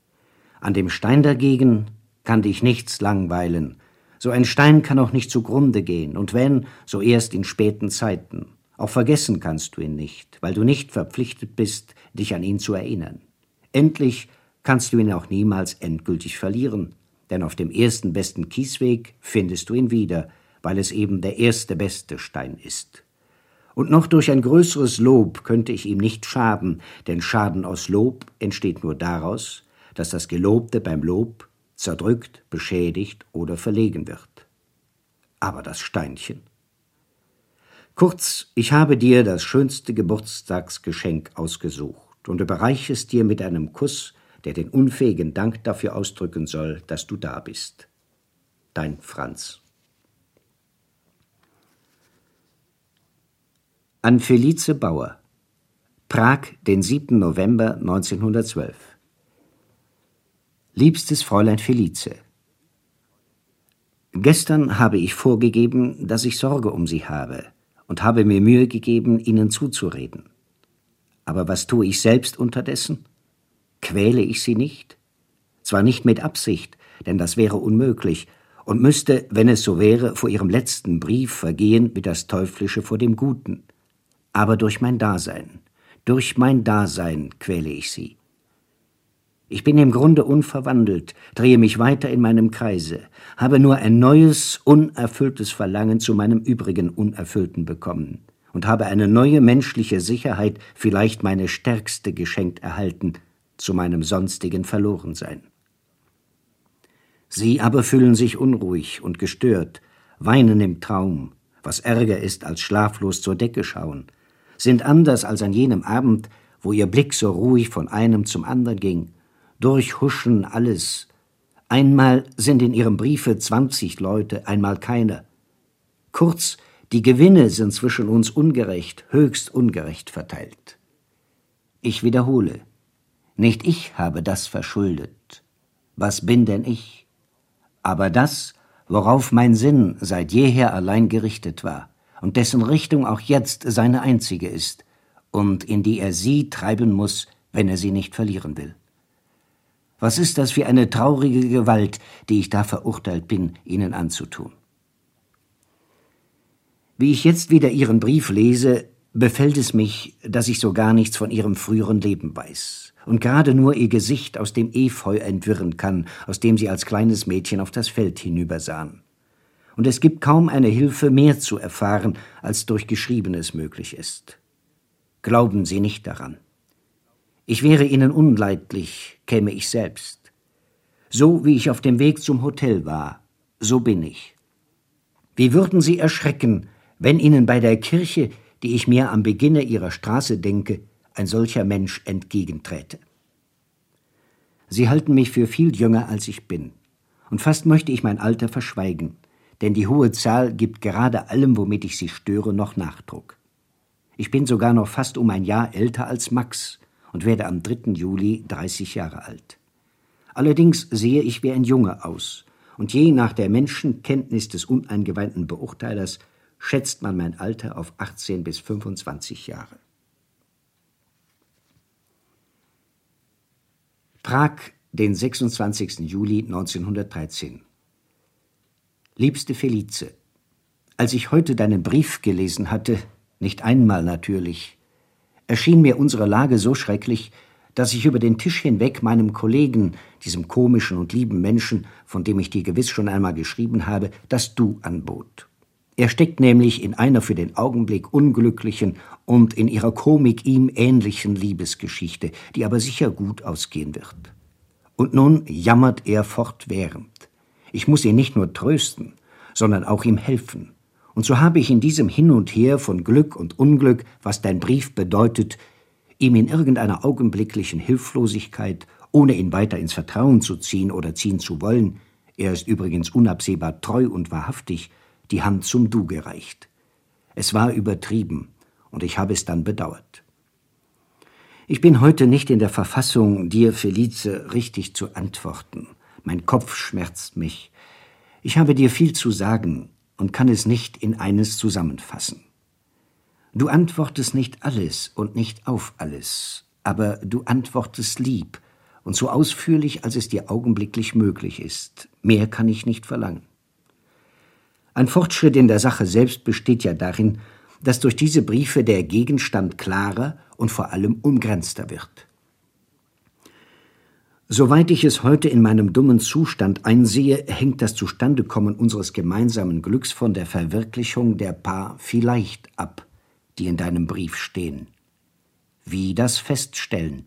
B: An dem Stein dagegen kann dich nichts langweilen. So ein Stein kann auch nicht zugrunde gehen, und wenn, so erst in späten Zeiten. Auch vergessen kannst du ihn nicht, weil du nicht verpflichtet bist, dich an ihn zu erinnern. Endlich kannst du ihn auch niemals endgültig verlieren, denn auf dem ersten besten Kiesweg findest du ihn wieder, weil es eben der erste beste Stein ist. Und noch durch ein größeres Lob könnte ich ihm nicht schaden, denn Schaden aus Lob entsteht nur daraus, dass das Gelobte beim Lob zerdrückt, beschädigt oder verlegen wird. Aber das Steinchen. Kurz, ich habe dir das schönste Geburtstagsgeschenk ausgesucht und überreiche es dir mit einem Kuss, der den unfähigen Dank dafür ausdrücken soll, dass du da bist. Dein Franz. An Felice Bauer. Prag, den 7. November 1912. Liebstes Fräulein Felice, gestern habe ich vorgegeben, dass ich Sorge um Sie habe und habe mir Mühe gegeben, Ihnen zuzureden. Aber was tue ich selbst unterdessen? Quäle ich Sie nicht? Zwar nicht mit Absicht, denn das wäre unmöglich und müsste, wenn es so wäre, vor Ihrem letzten Brief vergehen wie das Teuflische vor dem Guten. Aber durch mein Dasein quäle ich Sie. Ich bin im Grunde unverwandelt, drehe mich weiter in meinem Kreise, habe nur ein neues, unerfülltes Verlangen zu meinem übrigen Unerfüllten bekommen und habe eine neue menschliche Sicherheit, vielleicht meine stärkste, geschenkt erhalten, zu meinem sonstigen Verlorensein. Sie aber fühlen sich unruhig und gestört, weinen im Traum, was ärger ist als schlaflos zur Decke schauen, sind anders als an jenem Abend, wo ihr Blick so ruhig von einem zum anderen ging, durchhuschen alles. Einmal sind in ihrem Briefe 20 Leute, einmal keiner. Kurz, die Gewinne sind zwischen uns ungerecht, höchst ungerecht verteilt. Ich wiederhole, nicht ich habe das verschuldet. Was bin denn ich? Aber das, worauf mein Sinn seit jeher allein gerichtet war und dessen Richtung auch jetzt seine einzige ist und in die er sie treiben muss, wenn er sie nicht verlieren will. Was ist das für eine traurige Gewalt, die ich da verurteilt bin, Ihnen anzutun? Wie ich jetzt wieder Ihren Brief lese, befällt es mich, dass ich so gar nichts von Ihrem früheren Leben weiß und gerade nur Ihr Gesicht aus dem Efeu entwirren kann, aus dem Sie als kleines Mädchen auf das Feld hinübersahen. Und es gibt kaum eine Hilfe, mehr zu erfahren, als durch Geschriebenes möglich ist. Glauben Sie nicht daran. Ich wäre Ihnen unleidlich, käme ich selbst. So wie ich auf dem Weg zum Hotel war, so bin ich. Wie würden Sie erschrecken, wenn Ihnen bei der Kirche, die ich mir am Beginne Ihrer Straße denke, ein solcher Mensch entgegenträte? Sie halten mich für viel jünger, als ich bin. Und fast möchte ich mein Alter verschweigen, denn die hohe Zahl gibt gerade allem, womit ich Sie störe, noch Nachdruck. Ich bin sogar noch fast um ein Jahr älter als Max und werde am 3. Juli 30 Jahre alt. Allerdings sehe ich wie ein Junge aus, und je nach der Menschenkenntnis des uneingewandten Beurteilers schätzt man mein Alter auf 18 bis 25 Jahre. Prag, den 26. Juli 1913. Liebste Felice, als ich heute deinen Brief gelesen hatte, nicht einmal natürlich, erschien mir unsere Lage so schrecklich, dass ich über den Tisch hinweg meinem Kollegen, diesem komischen und lieben Menschen, von dem ich dir gewiss schon einmal geschrieben habe, das Du anbot. Er steckt nämlich in einer für den Augenblick unglücklichen und in ihrer Komik ihm ähnlichen Liebesgeschichte, die aber sicher gut ausgehen wird. Und nun jammert er fortwährend. Ich muss ihn nicht nur trösten, sondern auch ihm helfen. Und so habe ich in diesem Hin und Her von Glück und Unglück, was dein Brief bedeutet, ihm in irgendeiner augenblicklichen Hilflosigkeit, ohne ihn weiter ins Vertrauen zu ziehen oder ziehen zu wollen, er ist übrigens unabsehbar treu und wahrhaftig, die Hand zum Du gereicht. Es war übertrieben, und ich habe es dann bedauert. Ich bin heute nicht in der Verfassung, dir, Felice, richtig zu antworten. Mein Kopf schmerzt mich. Ich habe dir viel zu sagen und kann es nicht in eines zusammenfassen. Du antwortest nicht alles und nicht auf alles, aber du antwortest lieb und so ausführlich, als es dir augenblicklich möglich ist. Mehr kann ich nicht verlangen. Ein Fortschritt in der Sache selbst besteht ja darin, dass durch diese Briefe der Gegenstand klarer und vor allem umgrenzter wird. Soweit ich es heute in meinem dummen Zustand einsehe, hängt das Zustandekommen unseres gemeinsamen Glücks von der Verwirklichung der paar Vielleicht ab, die in deinem Brief stehen. Wie das feststellen?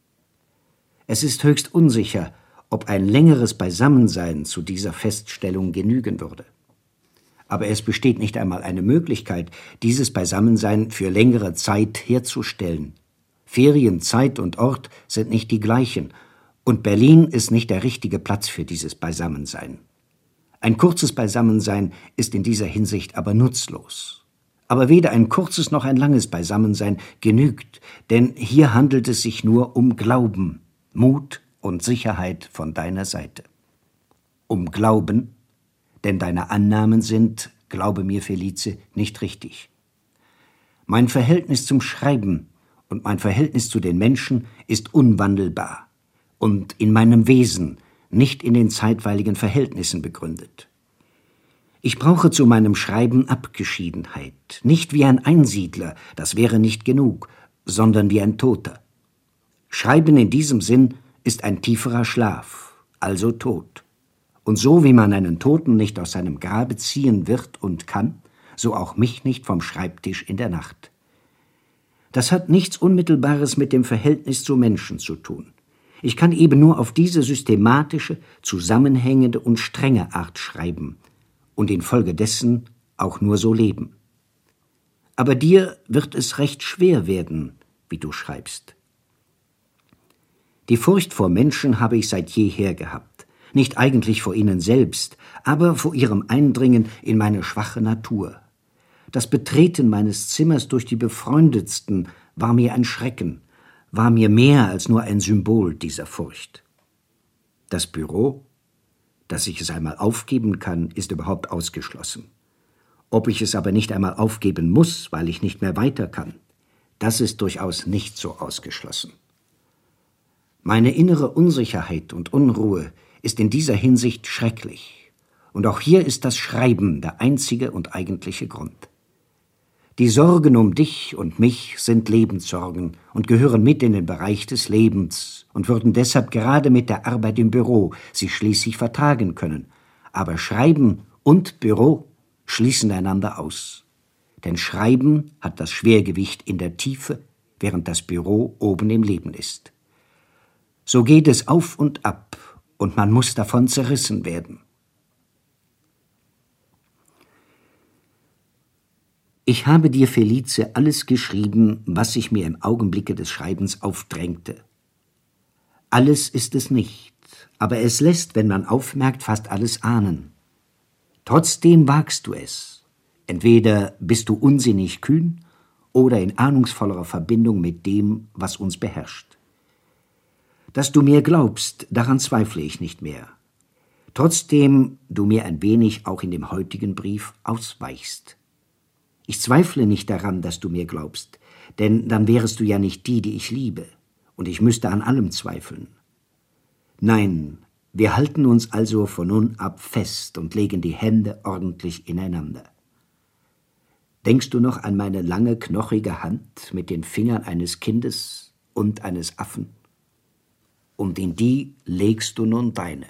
B: Es ist höchst unsicher, ob ein längeres Beisammensein zu dieser Feststellung genügen würde. Aber es besteht nicht einmal eine Möglichkeit, dieses Beisammensein für längere Zeit herzustellen. Ferien, Zeit und Ort sind nicht die gleichen, und Berlin ist nicht der richtige Platz für dieses Beisammensein. Ein kurzes Beisammensein ist in dieser Hinsicht aber nutzlos. Aber weder ein kurzes noch ein langes Beisammensein genügt, denn hier handelt es sich nur um Glauben, Mut und Sicherheit von deiner Seite. Um Glauben, denn deine Annahmen sind, glaube mir, Felice, nicht richtig. Mein Verhältnis zum Schreiben und mein Verhältnis zu den Menschen ist unwandelbar und in meinem Wesen, nicht in den zeitweiligen Verhältnissen begründet. Ich brauche zu meinem Schreiben Abgeschiedenheit, nicht wie ein Einsiedler, das wäre nicht genug, sondern wie ein Toter. Schreiben in diesem Sinn ist ein tieferer Schlaf, also Tod. Und so wie man einen Toten nicht aus seinem Grabe ziehen wird und kann, so auch mich nicht vom Schreibtisch in der Nacht. Das hat nichts Unmittelbares mit dem Verhältnis zu Menschen zu tun. Ich kann eben nur auf diese systematische, zusammenhängende und strenge Art schreiben und infolgedessen auch nur so leben. Aber dir wird es recht schwer werden, wie du schreibst. Die Furcht vor Menschen habe ich seit jeher gehabt, nicht eigentlich vor ihnen selbst, aber vor ihrem Eindringen in meine schwache Natur. Das Betreten meines Zimmers durch die Befreundetsten war mir ein Schrecken, war mir mehr als nur ein Symbol dieser Furcht. Das Büro, dass ich es einmal aufgeben kann, ist überhaupt ausgeschlossen. Ob ich es aber nicht einmal aufgeben muss, weil ich nicht mehr weiter kann, das ist durchaus nicht so ausgeschlossen. Meine innere Unsicherheit und Unruhe ist in dieser Hinsicht schrecklich, und auch hier ist das Schreiben der einzige und eigentliche Grund. Die Sorgen um dich und mich sind Lebenssorgen und gehören mit in den Bereich des Lebens und würden deshalb gerade mit der Arbeit im Büro sich schließlich vertragen können. Aber Schreiben und Büro schließen einander aus. Denn Schreiben hat das Schwergewicht in der Tiefe, während das Büro oben im Leben ist. So geht es auf und ab, und man muss davon zerrissen werden. Ich habe dir, Felice, alles geschrieben, was sich mir im Augenblicke des Schreibens aufdrängte. Alles ist es nicht, aber es lässt, wenn man aufmerkt, fast alles ahnen. Trotzdem wagst du es. Entweder bist du unsinnig kühn oder in ahnungsvollerer Verbindung mit dem, was uns beherrscht. Dass du mir glaubst, daran zweifle ich nicht mehr. Trotzdem du mir ein wenig auch in dem heutigen Brief ausweichst. Ich zweifle nicht daran, dass du mir glaubst, denn dann wärest du ja nicht die, die ich liebe, und ich müsste an allem zweifeln. Nein, wir halten uns also von nun ab fest und legen die Hände ordentlich ineinander. Denkst du noch an meine lange, knochige Hand mit den Fingern eines Kindes und eines Affen? Und in die legst du nun deine.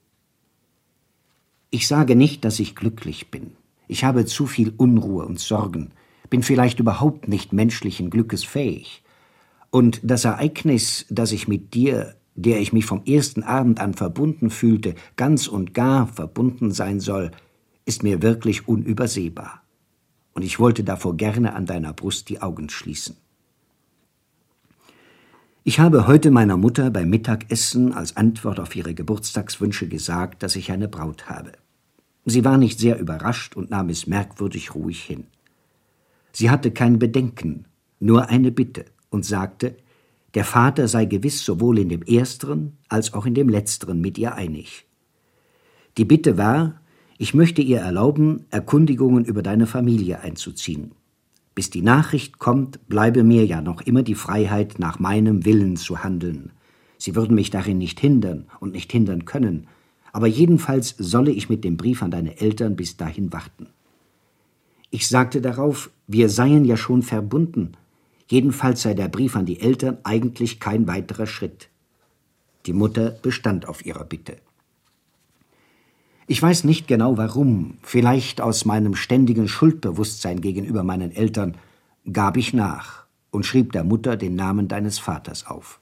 B: Ich sage nicht, dass ich glücklich bin. Ich habe zu viel Unruhe und Sorgen, bin vielleicht überhaupt nicht menschlichen Glückes fähig. Und das Ereignis, das ich mit dir, der ich mich vom ersten Abend an verbunden fühlte, ganz und gar verbunden sein soll, ist mir wirklich unübersehbar. Und ich wollte davor gerne an deiner Brust die Augen schließen. Ich habe heute meiner Mutter beim Mittagessen als Antwort auf ihre Geburtstagswünsche gesagt, dass ich eine Braut habe. Sie war nicht sehr überrascht und nahm es merkwürdig ruhig hin. Sie hatte kein Bedenken, nur eine Bitte und sagte, der Vater sei gewiss sowohl in dem Ersteren als auch in dem Letzteren mit ihr einig. Die Bitte war, ich möchte ihr erlauben, Erkundigungen über deine Familie einzuziehen. Bis die Nachricht kommt, bleibe mir ja noch immer die Freiheit, nach meinem Willen zu handeln. Sie würden mich darin nicht hindern und nicht hindern können, aber jedenfalls solle ich mit dem Brief an deine Eltern bis dahin warten. Ich sagte darauf, wir seien ja schon verbunden, jedenfalls sei der Brief an die Eltern eigentlich kein weiterer Schritt. Die Mutter bestand auf ihrer Bitte. Ich weiß nicht genau warum, vielleicht aus meinem ständigen Schuldbewusstsein gegenüber meinen Eltern, gab ich nach und schrieb der Mutter den Namen deines Vaters auf.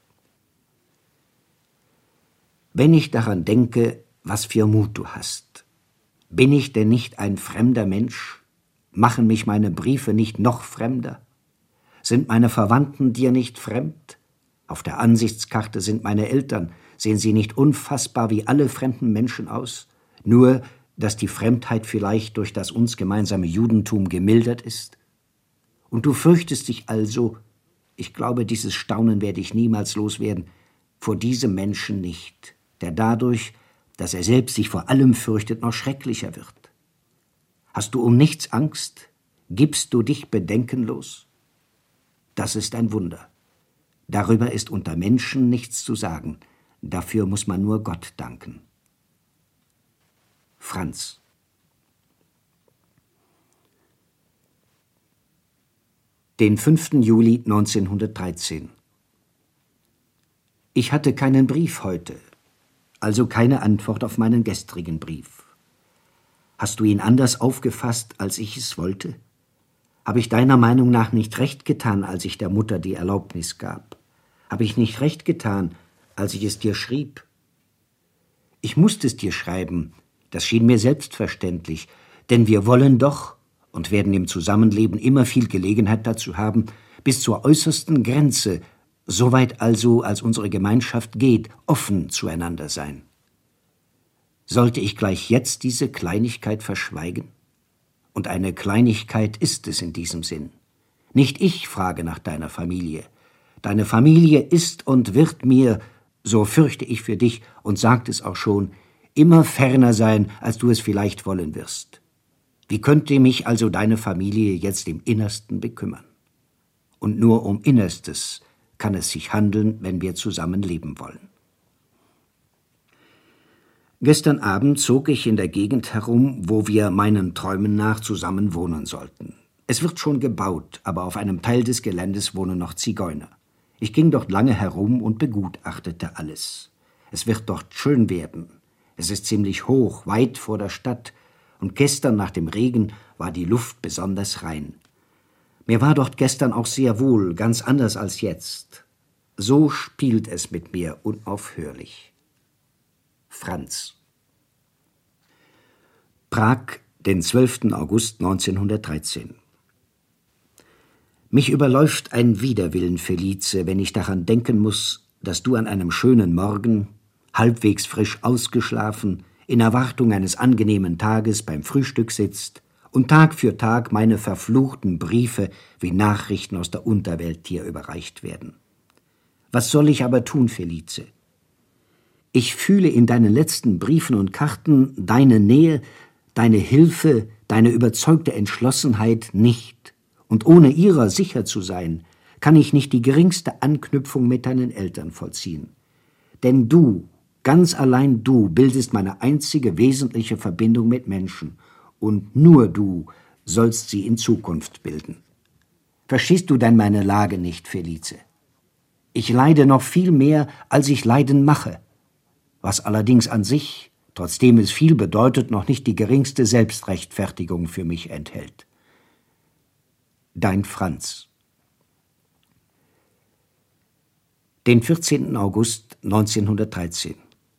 B: Wenn ich daran denke, was für Mut du hast, bin ich denn nicht ein fremder Mensch? Machen mich meine Briefe nicht noch fremder? Sind meine Verwandten dir nicht fremd? Auf der Ansichtskarte sind meine Eltern, sehen sie nicht unfassbar wie alle fremden Menschen aus? Nur, dass die Fremdheit vielleicht durch das uns gemeinsame Judentum gemildert ist? Und du fürchtest dich also, ich glaube, dieses Staunen werde ich niemals loswerden, vor diesem Menschen nicht, der dadurch, dass er selbst sich vor allem fürchtet, noch schrecklicher wird. Hast du um nichts Angst? Gibst du dich bedenkenlos? Das ist ein Wunder. Darüber ist unter Menschen nichts zu sagen. Dafür muss man nur Gott danken. Franz. Den 5. Juli 1913. Ich hatte keinen Brief heute, also keine Antwort auf meinen gestrigen Brief. Hast du ihn anders aufgefasst, als ich es wollte? Habe ich deiner Meinung nach nicht recht getan, als ich der Mutter die Erlaubnis gab? Habe ich nicht recht getan, als ich es dir schrieb? Ich musste es dir schreiben, das schien mir selbstverständlich, denn wir wollen doch und werden im Zusammenleben immer viel Gelegenheit dazu haben, bis zur äußersten Grenze, soweit also, als unsere Gemeinschaft geht, offen zueinander sein. Sollte ich gleich jetzt diese Kleinigkeit verschweigen? Und eine Kleinigkeit ist es in diesem Sinn. Nicht ich frage nach deiner Familie. Deine Familie ist und wird mir, so fürchte ich für dich und sagt es auch schon, immer ferner sein, als du es vielleicht wollen wirst. Wie könnte mich also deine Familie jetzt im Innersten bekümmern? Und nur um Innerstes kann es sich handeln, wenn wir zusammen leben wollen. Gestern Abend zog ich in der Gegend herum, wo wir meinen Träumen nach zusammen wohnen sollten. Es wird schon gebaut, aber auf einem Teil des Geländes wohnen noch Zigeuner. Ich ging dort lange herum und begutachtete alles. Es wird dort schön werden. Es ist ziemlich hoch, weit vor der Stadt, und gestern nach dem Regen war die Luft besonders rein. Mir war dort gestern auch sehr wohl, ganz anders als jetzt. So spielt es mit mir unaufhörlich. Franz. Prag, den 12. August 1913. Mich überläuft ein Widerwillen, Felice, wenn ich daran denken muss, dass du an einem schönen Morgen, halbwegs frisch ausgeschlafen, in Erwartung eines angenehmen Tages beim Frühstück sitzt und Tag für Tag meine verfluchten Briefe wie Nachrichten aus der Unterwelt dir überreicht werden. Was soll ich aber tun, Felice? Ich fühle in deinen letzten Briefen und Karten deine Nähe, deine Hilfe, deine überzeugte Entschlossenheit nicht. Und ohne ihrer sicher zu sein, kann ich nicht die geringste Anknüpfung mit deinen Eltern vollziehen. Denn du, ganz allein du, bildest meine einzige wesentliche Verbindung mit Menschen. Und nur du sollst sie in Zukunft bilden. Verstehst du denn meine Lage nicht, Felice? Ich leide noch viel mehr, als ich leiden mache, was allerdings an sich, trotzdem es viel bedeutet, noch nicht die geringste Selbstrechtfertigung für mich enthält. Dein Franz. Den 14. August 1913.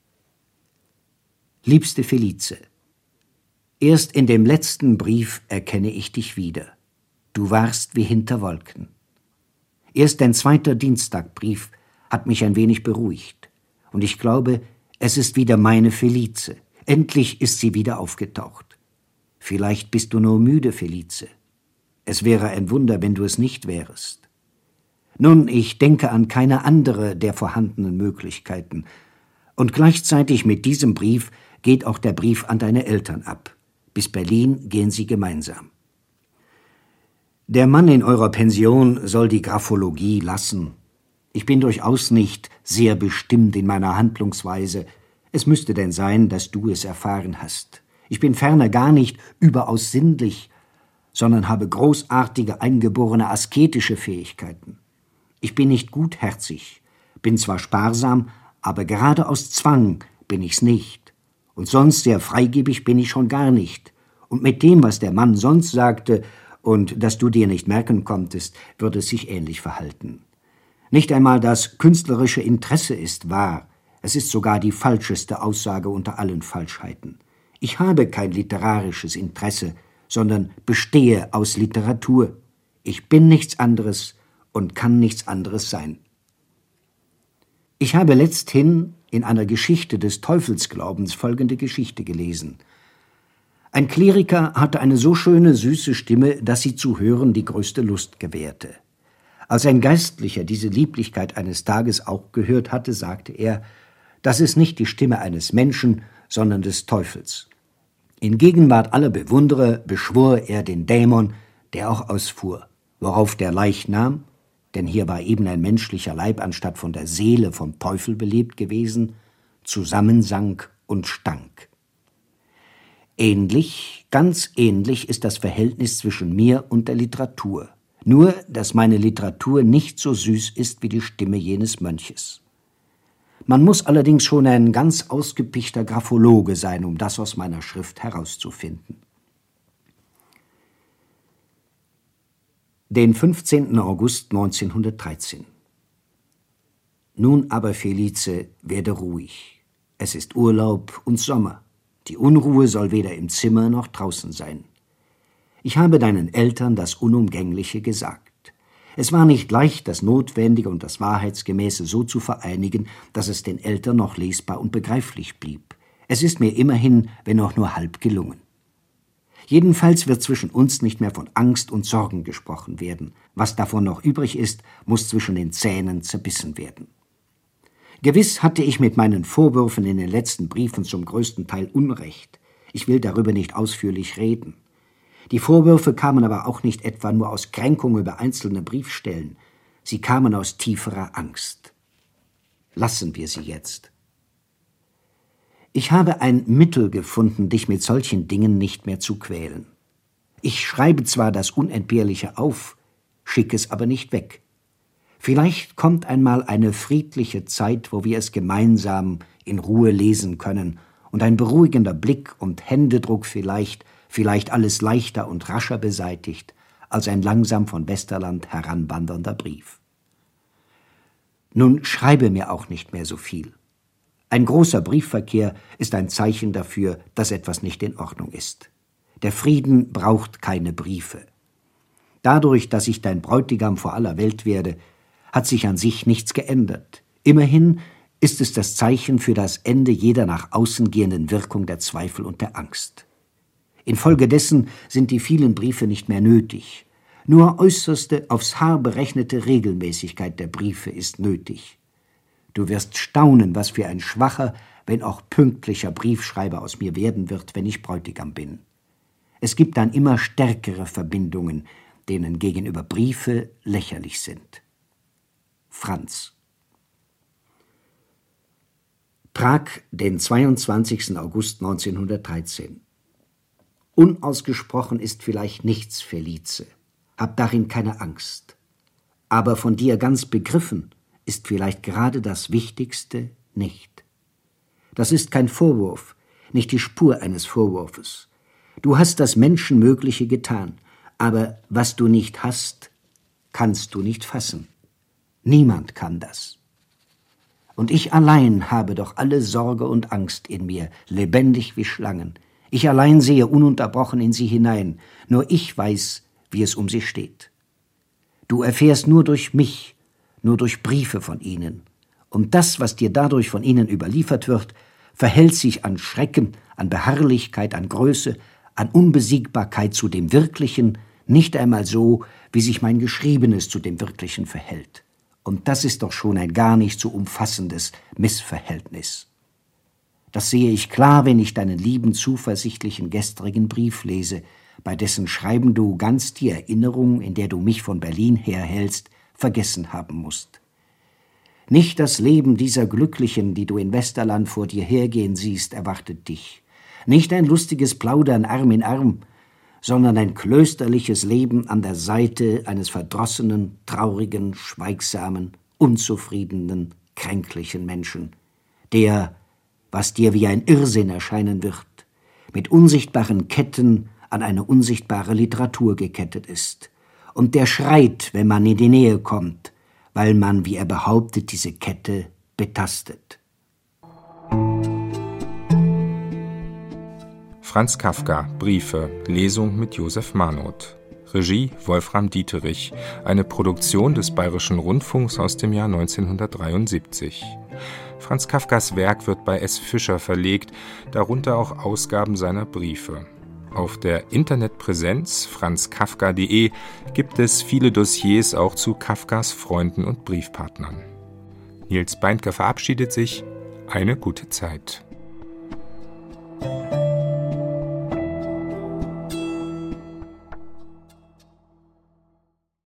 B: Liebste Felice, erst in dem letzten Brief erkenne ich dich wieder. Du warst wie hinter Wolken. Erst dein 2. Dienstagbrief hat mich ein wenig beruhigt. Und ich glaube, es ist wieder meine Felice. Endlich ist sie wieder aufgetaucht. Vielleicht bist du nur müde, Felice. Es wäre ein Wunder, wenn du es nicht wärest. Nun, ich denke an keine andere der vorhandenen Möglichkeiten. Und gleichzeitig mit diesem Brief geht auch der Brief an deine Eltern ab. Bis Berlin gehen sie gemeinsam. Der Mann in eurer Pension soll die Graphologie lassen. Ich bin durchaus nicht sehr bestimmt in meiner Handlungsweise. Es müsste denn sein, dass du es erfahren hast. Ich bin ferner gar nicht überaus sinnlich, sondern habe großartige eingeborene asketische Fähigkeiten. Ich bin nicht gutherzig, bin zwar sparsam, aber gerade aus Zwang bin ich's nicht. Und sonst sehr freigebig bin ich schon gar nicht. Und mit dem, was der Mann sonst sagte und das du dir nicht merken konntest, würde es sich ähnlich verhalten. Nicht einmal das künstlerische Interesse ist wahr. Es ist sogar die falscheste Aussage unter allen Falschheiten. Ich habe kein literarisches Interesse, sondern bestehe aus Literatur. Ich bin nichts anderes und kann nichts anderes sein. Ich habe letzthin in einer Geschichte des Teufelsglaubens folgende Geschichte gelesen. Ein Kleriker hatte eine so schöne, süße Stimme, dass sie zu hören die größte Lust gewährte. Als ein Geistlicher diese Lieblichkeit eines Tages auch gehört hatte, sagte er, das ist nicht die Stimme eines Menschen, sondern des Teufels. In Gegenwart aller Bewunderer beschwor er den Dämon, der auch ausfuhr, worauf der Leichnam, denn hier war eben ein menschlicher Leib anstatt von der Seele vom Teufel belebt gewesen, zusammensank und stank. Ähnlich, ganz ähnlich ist das Verhältnis zwischen mir und der Literatur, nur dass meine Literatur nicht so süß ist wie die Stimme jenes Mönches. Man muss allerdings schon ein ganz ausgepichter Graphologe sein, um das aus meiner Schrift herauszufinden. Den 15. August 1913. Nun aber, Felice, werde ruhig. Es ist Urlaub und Sommer. Die Unruhe soll weder im Zimmer noch draußen sein. Ich habe deinen Eltern das Unumgängliche gesagt. Es war nicht leicht, das Notwendige und das Wahrheitsgemäße so zu vereinigen, dass es den Eltern noch lesbar und begreiflich blieb. Es ist mir immerhin, wenn auch nur halb gelungen. Jedenfalls wird zwischen uns nicht mehr von Angst und Sorgen gesprochen werden. Was davon noch übrig ist, muss zwischen den Zähnen zerbissen werden. Gewiss hatte ich mit meinen Vorwürfen in den letzten Briefen zum größten Teil Unrecht. Ich will darüber nicht ausführlich reden. Die Vorwürfe kamen aber auch nicht etwa nur aus Kränkung über einzelne Briefstellen. Sie kamen aus tieferer Angst. Lassen wir sie jetzt. Ich habe ein Mittel gefunden, dich mit solchen Dingen nicht mehr zu quälen. Ich schreibe zwar das Unentbehrliche auf, schicke es aber nicht weg. Vielleicht kommt einmal eine friedliche Zeit, wo wir es gemeinsam in Ruhe lesen können und ein beruhigender Blick und Händedruck vielleicht alles leichter und rascher beseitigt, als ein langsam von Westerland heranwandernder Brief. Nun schreibe mir auch nicht mehr so viel. Ein großer Briefverkehr ist ein Zeichen dafür, dass etwas nicht in Ordnung ist. Der Frieden braucht keine Briefe. Dadurch, dass ich dein Bräutigam vor aller Welt werde, hat sich an sich nichts geändert. Immerhin ist es das Zeichen für das Ende jeder nach außen gehenden Wirkung der Zweifel und der Angst. Infolgedessen sind die vielen Briefe nicht mehr nötig. Nur äußerste, aufs Haar berechnete Regelmäßigkeit der Briefe ist nötig. Du wirst staunen, was für ein schwacher, wenn auch pünktlicher Briefschreiber aus mir werden wird, wenn ich Bräutigam bin. Es gibt dann immer stärkere Verbindungen, denen gegenüber Briefe lächerlich sind. Franz. Prag, den 22. August 1913. Unausgesprochen ist vielleicht nichts, Felice. Hab darin keine Angst. Aber von dir ganz begriffen ist vielleicht gerade das Wichtigste nicht. Das ist kein Vorwurf, nicht die Spur eines Vorwurfes. Du hast das Menschenmögliche getan, aber was du nicht hast, kannst du nicht fassen. Niemand kann das. Und ich allein habe doch alle Sorge und Angst in mir, lebendig wie Schlangen. Ich allein sehe ununterbrochen in sie hinein, nur ich weiß, wie es um sie steht. Du erfährst nur durch mich, nur durch Briefe von ihnen. Und das, was dir dadurch von ihnen überliefert wird, verhält sich an Schrecken, an Beharrlichkeit, an Größe, an Unbesiegbarkeit zu dem Wirklichen, nicht einmal so, wie sich mein Geschriebenes zu dem Wirklichen verhält. Und das ist doch schon ein gar nicht so umfassendes Missverhältnis. Das sehe ich klar, wenn ich deinen lieben, zuversichtlichen gestrigen Brief lese, bei dessen Schreiben du ganz die Erinnerung, in der du mich von Berlin herhältst, vergessen haben musst. Nicht das Leben dieser Glücklichen, die du in Westerland vor dir hergehen siehst, erwartet dich. Nicht ein lustiges Plaudern Arm in Arm, sondern ein klösterliches Leben an der Seite eines verdrossenen, traurigen, schweigsamen, unzufriedenen, kränklichen Menschen, der, was dir wie ein Irrsinn erscheinen wird, mit unsichtbaren Ketten an eine unsichtbare Literatur gekettet ist, und der schreit, wenn man in die Nähe kommt, weil man, wie er behauptet, diese Kette betastet.
C: Franz Kafka, Briefe, Lesung mit Josef Manoth. Regie Wolfram Dieterich, eine Produktion des Bayerischen Rundfunks aus dem Jahr 1973. Franz Kafkas Werk wird bei S. Fischer verlegt, darunter auch Ausgaben seiner Briefe. Auf der Internetpräsenz franzkafka.de gibt es viele Dossiers auch zu Kafkas Freunden und Briefpartnern. Nils Beindker verabschiedet sich. Eine gute Zeit.